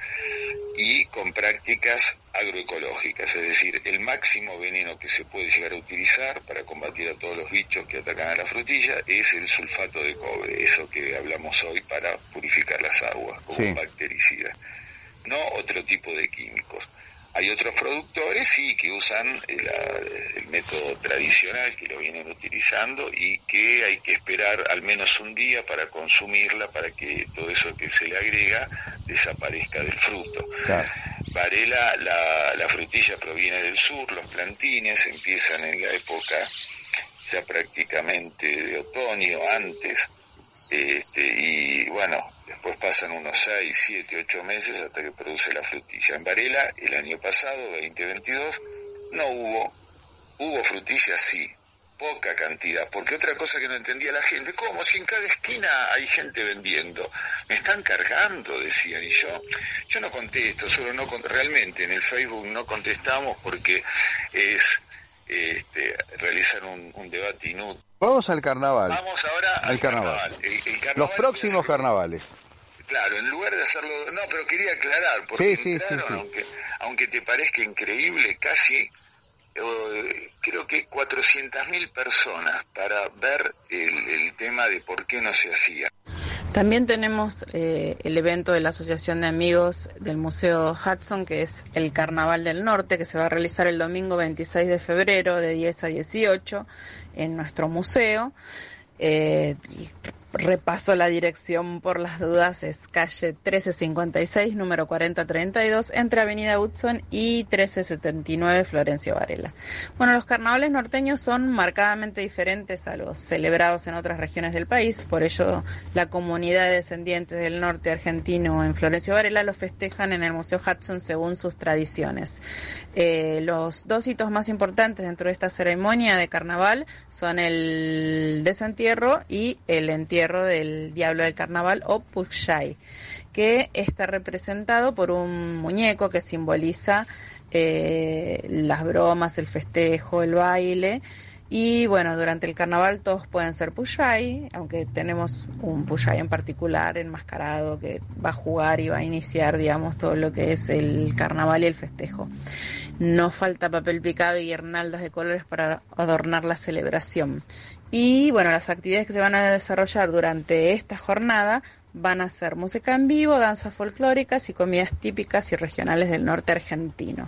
y con prácticas agroecológicas, es decir, el máximo veneno que se puede llegar a utilizar para combatir a todos los bichos que atacan a la frutilla es el sulfato de cobre, eso que hablamos hoy para purificar las aguas, como sí. un bactericida, no otro tipo de químicos. Hay otros productores, sí, que usan el, el método tradicional, que lo vienen utilizando y que hay que esperar al menos un día para consumirla, para que todo eso que se le agrega desaparezca del fruto. Claro. Varela, la, la frutilla proviene del sur, los plantines empiezan en la época ya prácticamente de otoño, antes, este, y bueno, después pasan unos seis, siete, ocho meses hasta que produce la frutilla. En Varela, el año pasado, veinte veintidós, no hubo, hubo frutilla, sí, poca cantidad, porque otra cosa que no entendía la gente, ¿cómo? Si en cada esquina hay gente vendiendo, me están cargando, decían, y yo, yo no contesto, solo no, realmente en el Facebook no contestamos porque es este, realizar un, un debate inútil. Vamos al carnaval. Vamos ahora al, al carnaval. carnaval. El, el carnaval. Los próximos hacer, carnavales. Claro, en lugar de hacerlo... No, pero quería aclarar, porque sí, entraron, sí, sí, sí. Aunque, aunque te parezca increíble, casi, eh, creo que cuatrocientas mil personas para ver el, el tema de por qué no se hacía. También tenemos eh, el evento de la Asociación de Amigos del Museo Hudson, que es el Carnaval del Norte, que se va a realizar el domingo veintiséis de febrero de diez a dieciocho en nuestro museo. Eh, repaso la dirección por las dudas, es calle trece cincuenta y seis, número cuarenta treinta y dos, entre Avenida Hudson y trece setenta y nueve, Florencio Varela. Bueno, los carnavales norteños son marcadamente diferentes a los celebrados en otras regiones del país, por ello la comunidad de descendientes del norte argentino en Florencio Varela los festejan en el Museo Hudson según sus tradiciones. Eh, los dos hitos más importantes dentro de esta ceremonia de carnaval son el desentierro y el entierro del Diablo del Carnaval o Puxay, que está representado por un muñeco que simboliza eh, las bromas, el festejo, el baile. Y bueno, durante el carnaval todos pueden ser Puxay, aunque tenemos un Puxay en particular enmascarado que va a jugar y va a iniciar, digamos, todo lo que es el carnaval y el festejo. No falta papel picado y guirnaldas de colores para adornar la celebración. Y bueno, las actividades que se van a desarrollar durante esta jornada van a ser música en vivo, danzas folclóricas y comidas típicas y regionales del norte argentino.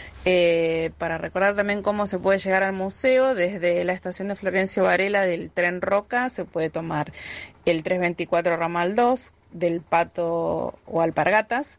Eh, para recordar también cómo se puede llegar al museo, desde la estación de Florencio Varela del tren Roca se puede tomar el trescientos veinticuatro ramal dos del Pato o Alpargatas.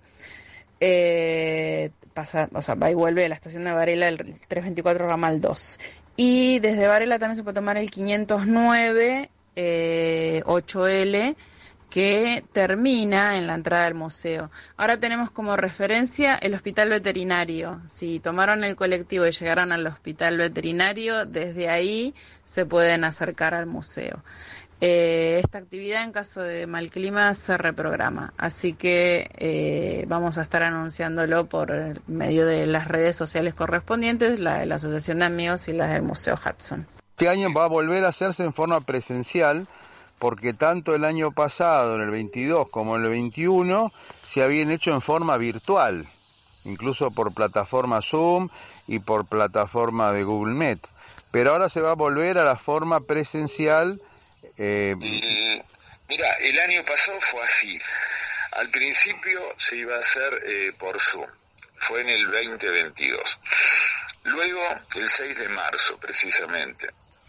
Eh, pasa, o sea, va y vuelve de la estación de Varela el trescientos veinticuatro ramal dos. Y desde Varela también se puede tomar el quinientos nueve eh, ocho ele, que termina en la entrada del museo. Ahora tenemos como referencia el hospital veterinario. Si tomaron el colectivo y llegaron al hospital veterinario, desde ahí se pueden acercar al museo. Eh, esta actividad, en caso de mal clima, se reprograma, así que eh, vamos a estar anunciándolo por medio de las redes sociales correspondientes, la de la Asociación de Amigos y la del Museo Hudson. Este año va a volver a hacerse en forma presencial, porque tanto el año pasado, en el veintidós, como en el veintiuno, se habían hecho en forma virtual, incluso por plataforma Zoom y por plataforma de Google Meet. Pero ahora se va a volver a la forma presencial. Eh... Mira, el año pasado fue así. Al principio se iba a hacer eh, por Zoom. Fue en el veinte veintidós. Luego, el seis de marzo, precisamente,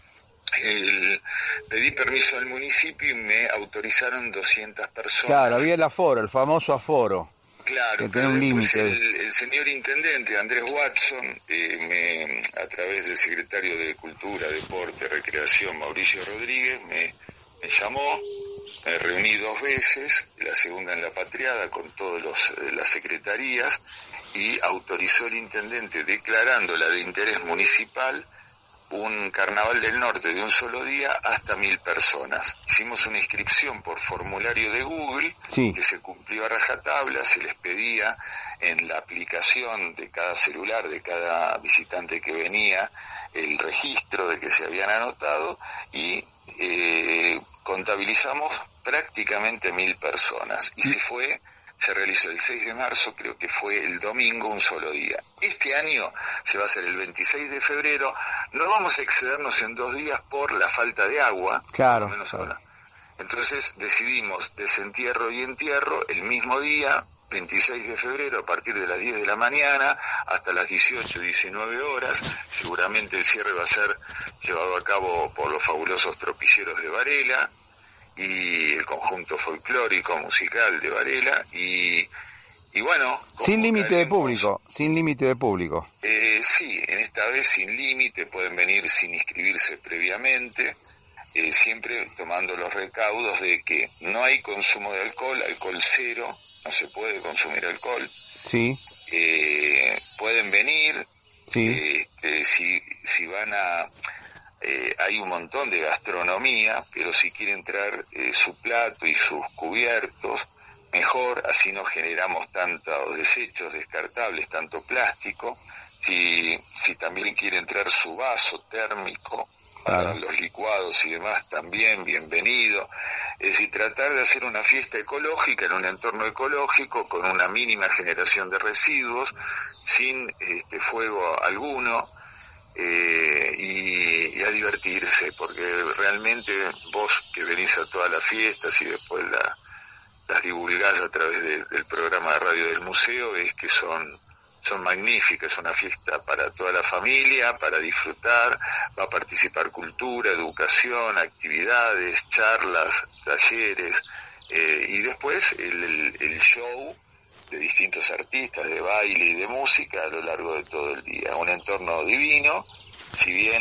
el, pedí permiso al municipio y me autorizaron doscientas personas. Claro, había el aforo, el famoso aforo. Claro, que tiene un límite. El, el señor intendente Andrés Watson, eh, me, a través del secretario de Cultura, Deporte, Recreación, Mauricio Rodríguez, me, me llamó me reuní dos veces, la segunda en La Patriada con todas las secretarías, y autorizó el intendente, declarándola de interés municipal, un carnaval del norte de un solo día hasta mil personas. Hicimos una inscripción por formulario de Google, sí, que se cumplió a rajatabla, se les pedía en la aplicación de cada celular, de cada visitante que venía, el registro de que se habían anotado, y eh, contabilizamos prácticamente mil personas, y se fue, se realizó el seis de marzo, creo que fue el domingo, un solo día. Este año se va a hacer el veintiséis de febrero, no vamos a excedernos en dos días por la falta de agua, claro, por lo menos claro. ahora. Entonces decidimos desentierro y entierro el mismo día, veintiséis de febrero, a partir de las diez de la mañana hasta las dieciocho, diecinueve horas. Seguramente el cierre va a ser llevado a cabo por los fabulosos Tropilleros de Varela y el conjunto folclórico musical de Varela, y y bueno, sin límite de público, sin límite de público. Eh, sí, en esta vez sin límite, pueden venir sin inscribirse previamente, eh, siempre tomando los recaudos de que no hay consumo de alcohol, alcohol cero, no se puede consumir alcohol. Sí. Eh, pueden venir, sí. eh, eh, si si van a Eh, hay un montón de gastronomía, pero si quieren traer eh, su plato y sus cubiertos, mejor, así no generamos tantos desechos descartables, tanto plástico. Si, si también quieren traer su vaso térmico para claro. los licuados y demás, también bienvenido. Es decir, tratar de hacer una fiesta ecológica en un entorno ecológico con una mínima generación de residuos, sin este, fuego alguno. Eh, y, y a divertirse, porque realmente vos que venís a todas las fiestas y después la, las divulgás a través de, del programa de radio del museo, ves que son, son magníficas, es una fiesta para toda la familia, para disfrutar, va a participar cultura, educación, actividades, charlas, talleres, eh, y después el, el, el show de distintos artistas de baile y de música a lo largo de todo el día. Un entorno divino, si bien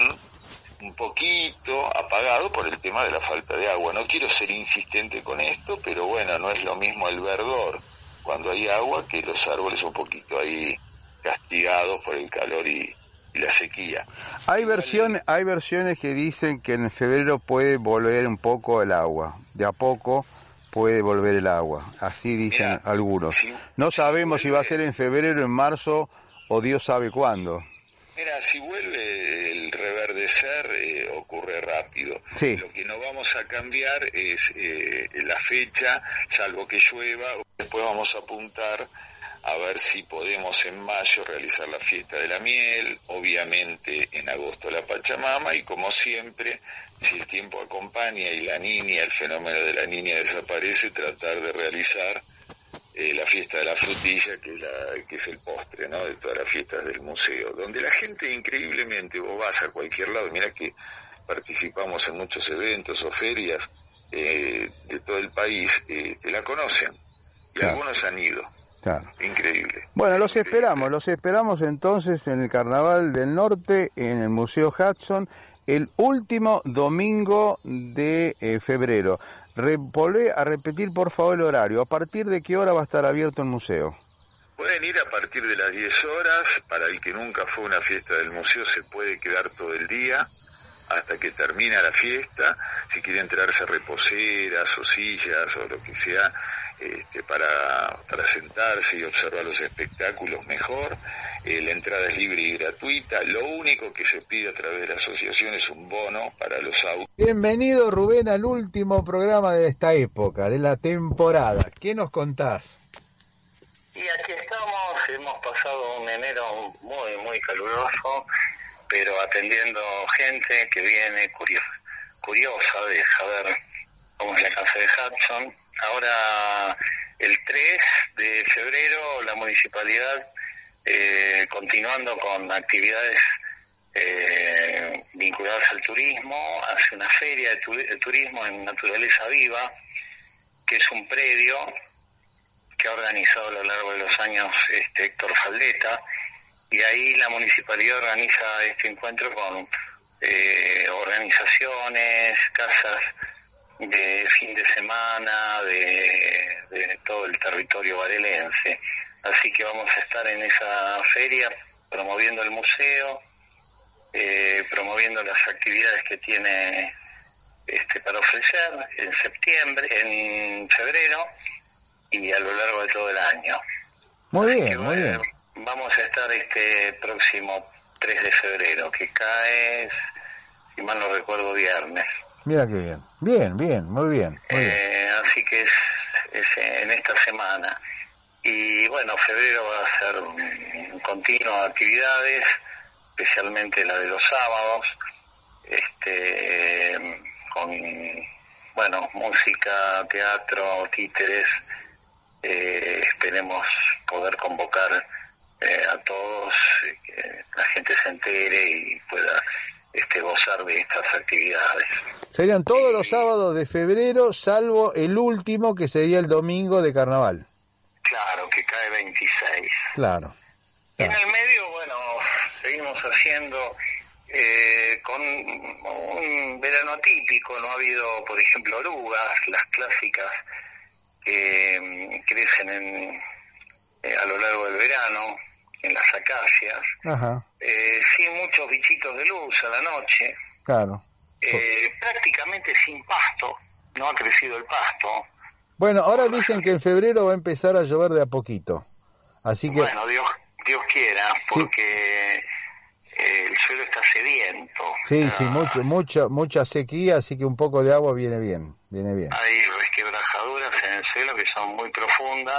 un poquito apagado por el tema de la falta de agua. No quiero ser insistente con esto, pero bueno, no es lo mismo el verdor cuando hay agua que los árboles un poquito ahí castigados por el calor y, y la sequía. Hay versiones, hay versiones que dicen que en febrero puede volver un poco el agua, de a poco puede volver el agua, así dicen Mirá, algunos. Si, no sabemos si, vuelve, si va a ser en febrero, en marzo o Dios sabe cuándo. Mira, si vuelve el reverdecer, eh, ocurre rápido. Sí. Lo que no vamos a cambiar es eh, la fecha, salvo que llueva. Después vamos a apuntar a ver si podemos en mayo realizar la fiesta de la miel, obviamente en agosto la Pachamama, y como siempre, si el tiempo acompaña y la niña, el fenómeno de la niña desaparece, tratar de realizar eh, la fiesta de la frutilla, que es, la, que es el postre, ¿no?, de todas las fiestas del museo, donde la gente increíblemente, vos vas a cualquier lado, mirá que participamos en muchos eventos o ferias eh, de todo el país, eh, te la conocen, y claro. algunos han ido. Claro. Increíble. Bueno, los esperamos, los esperamos entonces en el Carnaval del Norte, en el Museo Hudson, el último domingo de eh, febrero. Re, volvé a repetir por favor el horario. ¿A partir de qué hora va a estar abierto el museo? Pueden ir a partir de las diez horas. Para el que nunca fue a una fiesta del museo se puede quedar todo el día hasta que termina la fiesta. Si quieren traerse reposeras o sillas o lo que sea, Este, para, para sentarse y observar los espectáculos, mejor. Eh, la entrada es libre y gratuita. Lo único que se pide a través de la asociación es un bono para los autos. Bienvenido, Rubén, al último programa de esta época, de la temporada. ¿Qué nos contás? Y aquí estamos, hemos pasado un enero muy, muy caluroso, pero atendiendo gente que viene curiosa, curiosa de saber cómo es la casa de Hudson. Ahora, el tres de febrero, la municipalidad, eh, continuando con actividades eh, vinculadas al turismo, hace una feria de, tu- de turismo en Naturaleza Viva, que es un predio que ha organizado a lo largo de los años este, Héctor Faldeta, y ahí la municipalidad organiza este encuentro con eh, organizaciones, casas de fin de semana de, de todo el territorio varelense. Así que vamos a estar en esa feria promoviendo el museo, eh, promoviendo las actividades que tiene este para ofrecer en septiembre, en febrero y a lo largo de todo el año. Muy Así bien, que, muy bueno, bien. Vamos a estar este próximo tres de febrero, que cae, si mal no recuerdo, viernes. Mira qué bien. Bien, bien, muy bien. Muy bien. Eh, así que es, es en esta semana. Y bueno, febrero va a ser un continuo de actividades, especialmente la de los sábados, este con, bueno, música, teatro, títeres. Eh, esperemos poder convocar eh, a todos, eh, que la gente se entere y pueda este gozar de estas actividades. Serían todos los sábados de febrero, salvo el último, que sería el domingo de carnaval. Claro, que cae veintiséis. Claro. Y en el medio, bueno, seguimos haciendo eh, con un verano atípico. No ha habido, por ejemplo, orugas, las clásicas que eh, crecen en, eh, a lo largo del verano, en las acacias. Ajá. Eh, sin muchos bichitos de luz a la noche. Claro. Eh, prácticamente sin pasto. No ha crecido el pasto. Bueno, ahora dicen que en febrero va a empezar a llover de a poquito. Así que... Bueno, Dios Dios quiera, porque sí. eh, el suelo está sediento. Sí, ah, sí, mucho, mucha, mucha sequía, así que un poco de agua viene bien, viene bien. Hay resquebrajaduras en el suelo que son muy profundas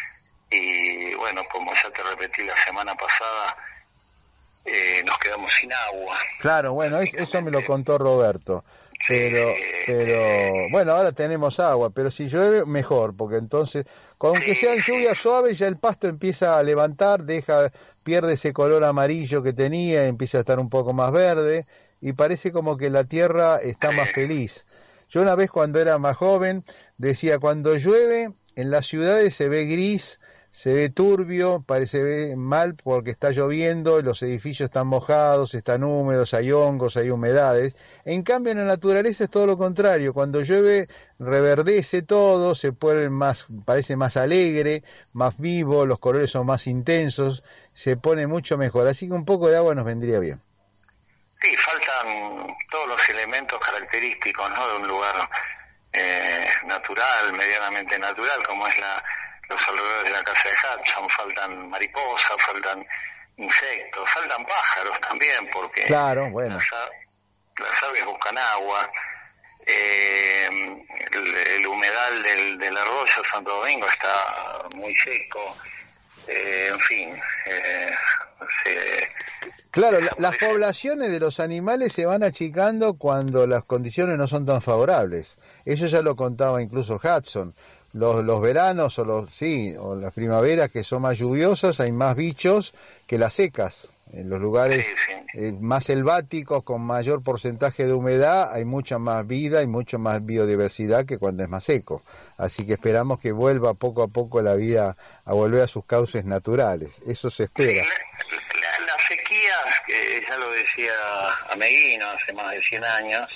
y bueno, como ya te repetí la semana pasada, eh, nos quedamos sin agua. Claro, bueno, es, eso me lo contó Roberto. Pero, pero bueno, ahora tenemos agua, pero si llueve, mejor, porque entonces, aunque sean lluvias suaves, ya el pasto empieza a levantar, deja, pierde ese color amarillo que tenía, empieza a estar un poco más verde, y parece como que la tierra está más feliz. Yo una vez cuando era más joven, decía, cuando llueve, en las ciudades se ve gris, se ve turbio, parece ve mal porque está lloviendo, los edificios están mojados, están húmedos, hay hongos, hay humedades. En cambio en la naturaleza es todo lo contrario, cuando llueve reverdece todo, se pone más, parece más alegre, más vivo, los colores son más intensos, se pone mucho mejor, así que un poco de agua nos vendría bien. Sí, faltan todos los elementos característicos, ¿no?, de un lugar eh, natural, medianamente natural, como es la los alrededores de la casa de Hudson. Faltan mariposas, faltan insectos, faltan pájaros también, porque claro, bueno. las, las aves buscan agua. Eh, el, el humedal del, del arroyo Santo Domingo está muy seco. Eh, en fin, eh, se, claro, la, las poblaciones de los animales se van achicando cuando las condiciones no son tan favorables. Eso ya lo contaba incluso Hudson. Los, los veranos o los sí o las primaveras que son más lluviosas hay más bichos que las secas. En los lugares sí, sí. Eh, más selváticos con mayor porcentaje de humedad hay mucha más vida y mucha más biodiversidad que cuando es más seco. Así que esperamos que vuelva poco a poco la vida a volver a sus cauces naturales. Eso se espera. Sí, la, la, las sequías, que ya lo decía Ameguino hace más de cien años,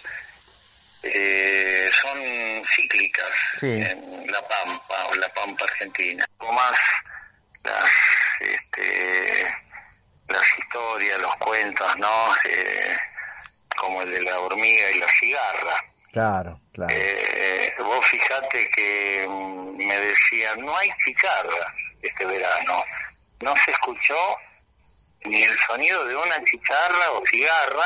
Eh, son cíclicas sí. en la Pampa, o la Pampa Argentina. O más las, este, las historias, los cuentos, ¿no? Eh, como el de la hormiga y la cigarra. Claro, claro. Eh, vos fijate que me decían, no hay chicharra este verano. No se escuchó ni el sonido de una chicharra o cigarra.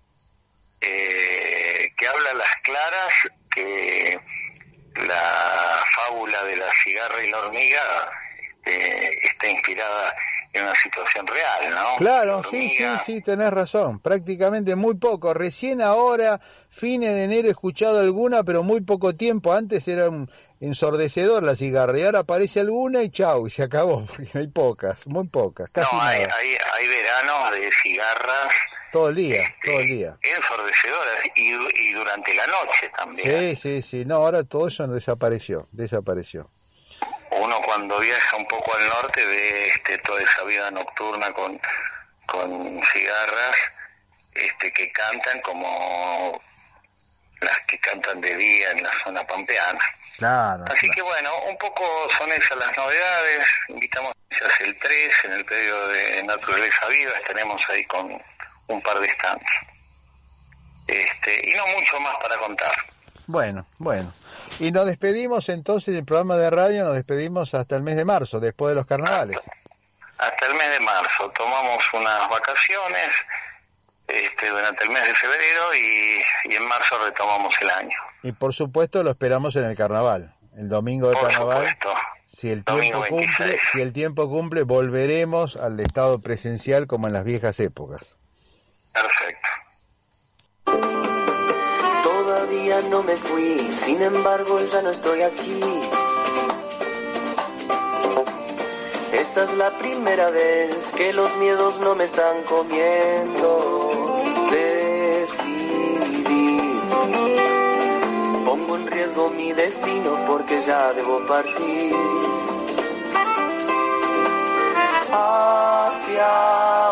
Eh, que habla a las claras que la fábula de la cigarra y la hormiga eh, está inspirada en una situación real, ¿no? Claro, sí, sí, sí, tenés razón, prácticamente muy poco, recién ahora, fines de enero he escuchado alguna, pero muy poco tiempo, antes era un ensordecedor la cigarra, y ahora aparece alguna y chau, y se acabó, porque hay pocas, muy pocas, casi no, hay, nada. hay, hay veranos de cigarras todo el día, este, todo el día. Ensordecedoras y, y durante la noche también. Sí, sí, sí, no, ahora todo eso desapareció, desapareció. Uno cuando viaja un poco al norte ve este, toda esa vida nocturna con, con cigarras este, que cantan como las que cantan de día en la zona pampeana. Claro. Así claro. que bueno, un poco son esas las novedades. Invitamos a el tres en el periodo de Naturaleza Viva, estaremos ahí con un par de stands. Este, y no mucho más para contar. Bueno, bueno. Y nos despedimos entonces del programa de radio, nos despedimos hasta el mes de marzo, después de los carnavales. Hasta, hasta el mes de marzo. Tomamos unas vacaciones este, durante el mes de febrero y, y en marzo retomamos el año. Y por supuesto lo esperamos en el carnaval, el domingo de por carnaval. Supuesto. Si el tiempo cumple, si el tiempo cumple, volveremos al estado presencial como en las viejas épocas. Perfecto. Todavía no me fui, sin embargo ya no estoy aquí. Esta es la primera vez que los miedos no me están comiendo. Decidí, pongo en riesgo mi destino porque ya debo partir hacia